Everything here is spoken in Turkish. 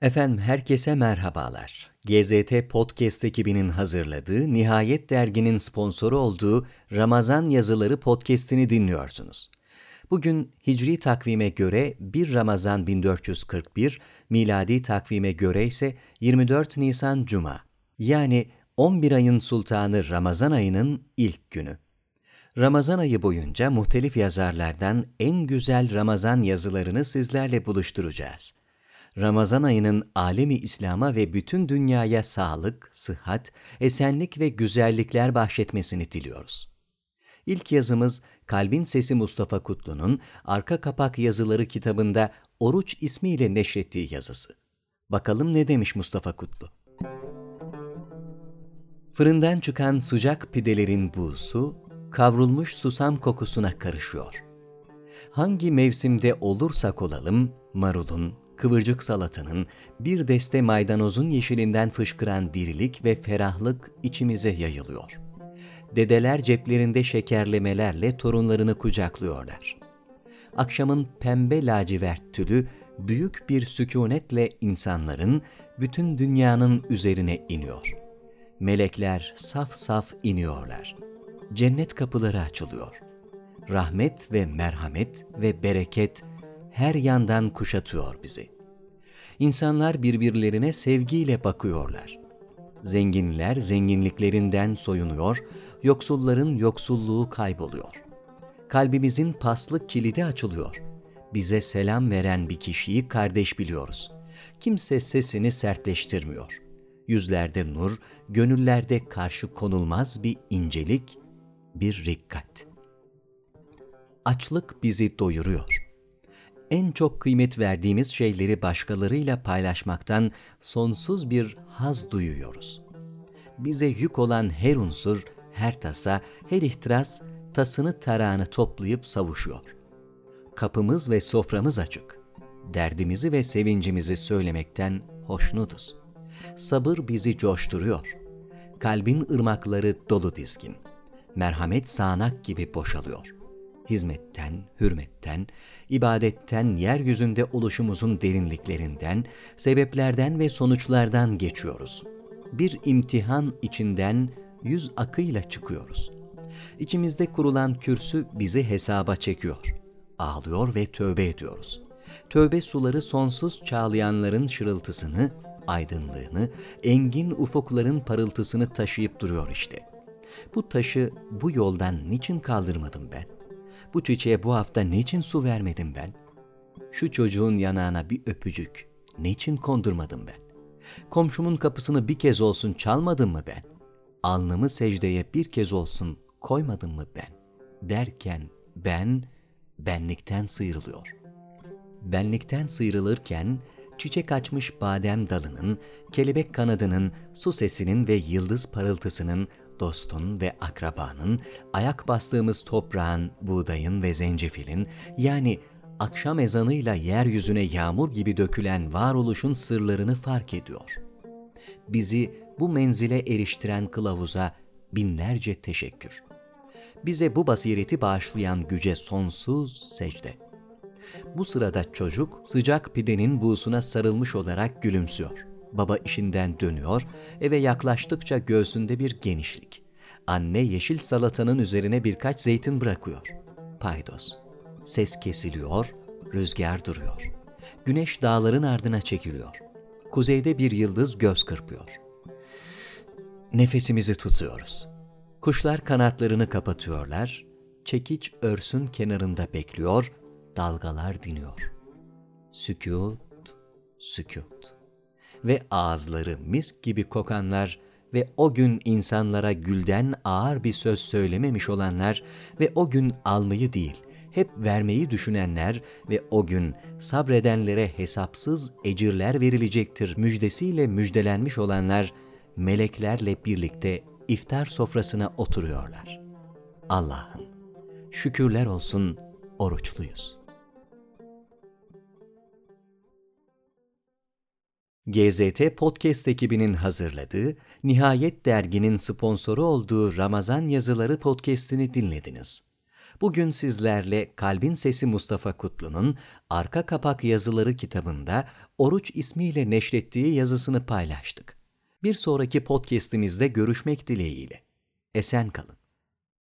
Efendim herkese merhabalar. GZT Podcast ekibinin hazırladığı, Nihayet Dergi'nin sponsoru olduğu Ramazan Yazıları Podcast'ini dinliyorsunuz. Bugün Hicri takvime göre 1 Ramazan 1441, miladi takvime göre ise 24 Nisan Cuma. Yani 11 ayın sultanı Ramazan ayının ilk günü. Ramazan ayı boyunca muhtelif yazarlardan en güzel Ramazan yazılarını sizlerle buluşturacağız. Ramazan ayının alemi İslam'a ve bütün dünyaya sağlık, sıhhat, esenlik ve güzellikler bahşetmesini diliyoruz. İlk yazımız Kalbin Sesi Mustafa Kutlu'nun Arka Kapak Yazıları kitabında Oruç ismiyle neşrettiği yazısı. Bakalım ne demiş Mustafa Kutlu? Fırından çıkan sıcak pidelerin buğusu, kavrulmuş susam kokusuna karışıyor. Hangi mevsimde olursak olalım, marulun, kıvırcık salatanın, bir deste maydanozun yeşilinden fışkıran dirilik ve ferahlık içimize yayılıyor. Dedeler ceplerinde şekerlemelerle torunlarını kucaklıyorlar. Akşamın pembe lacivert tülü büyük bir sükûnetle insanların, bütün dünyanın üzerine iniyor. Melekler saf saf iniyorlar. Cennet kapıları açılıyor. Rahmet ve merhamet ve bereket her yandan kuşatıyor bizi. İnsanlar birbirlerine sevgiyle bakıyorlar. Zenginler zenginliklerinden soyunuyor, yoksulların yoksulluğu kayboluyor. Kalbimizin paslı kilidi açılıyor. Bize selam veren bir kişiyi kardeş biliyoruz. Kimse sesini sertleştirmiyor. Yüzlerde nur, gönüllerde karşı konulmaz bir incelik, bir rikkat. Açlık bizi doyuruyor. En çok kıymet verdiğimiz şeyleri başkalarıyla paylaşmaktan sonsuz bir haz duyuyoruz. Bize yük olan her unsur, her tasa, her ihtiras, tasını tarağını toplayıp savuşuyor. Kapımız ve soframız açık. Derdimizi ve sevincimizi söylemekten hoşnutuz. Sabır bizi coşturuyor. Kalbin ırmakları dolu dizgin. Merhamet sağanak gibi boşalıyor. Hizmetten, hürmetten, ibadetten, yeryüzünde oluşumuzun derinliklerinden, sebeplerden ve sonuçlardan geçiyoruz. Bir imtihan içinden yüz akıyla çıkıyoruz. İçimizde kurulan kürsü bizi hesaba çekiyor. Ağlıyor ve tövbe ediyoruz. Tövbe suları sonsuz çağlayanların şırıltısını, aydınlığını, engin ufukların parıltısını taşıyıp duruyor işte. Bu taşı bu yoldan niçin kaldırmadım ben? Bu çiçeğe bu hafta niçin su vermedim ben? Şu çocuğun yanağına bir öpücük niçin kondurmadım ben? Komşumun kapısını bir kez olsun çalmadım mı ben? Alnımı secdeye bir kez olsun koymadım mı ben? Derken benlikten sıyrılıyor. Benlikten sıyrılırken çiçek açmış badem dalının, kelebek kanadının, su sesinin ve yıldız parıltısının, dostun ve akrabanın, ayak bastığımız toprağın, buğdayın ve zencefilin, yani akşam ezanıyla yeryüzüne yağmur gibi dökülen varoluşun sırlarını fark ediyor. Bizi bu menzile eriştiren kılavuza binlerce teşekkür. Bize bu basireti bağışlayan güce sonsuz secde. Bu sırada çocuk sıcak pidenin buğusuna sarılmış olarak gülümsüyor. Baba işinden dönüyor, eve yaklaştıkça göğsünde bir genişlik. Anne yeşil salatanın üzerine birkaç zeytin bırakıyor. Paydos. Ses kesiliyor, rüzgar duruyor. Güneş dağların ardına çekiliyor. Kuzeyde bir yıldız göz kırpıyor. Nefesimizi tutuyoruz. Kuşlar kanatlarını kapatıyorlar, çekiç örsün kenarında bekliyor, dalgalar diniyor. Sükût, sükût. Ve ağızları mis gibi kokanlar ve o gün insanlara gülden ağır bir söz söylememiş olanlar ve o gün almayı değil, hep vermeyi düşünenler ve o gün sabredenlere hesapsız ecirler verilecektir müjdesiyle müjdelenmiş olanlar, meleklerle birlikte iftar sofrasına oturuyorlar. Allah'ım, şükürler olsun oruçluyuz. GZT Podcast ekibinin hazırladığı, Nihayet Dergi'nin sponsoru olduğu Ramazan Yazıları Podcast'ini dinlediniz. Bugün sizlerle Kalbin Sesi Mustafa Kutlu'nun Arka Kapak Yazıları kitabında Oruç ismiyle neşrettiği yazısını paylaştık. Bir sonraki podcast'imizde görüşmek dileğiyle. Esen kalın.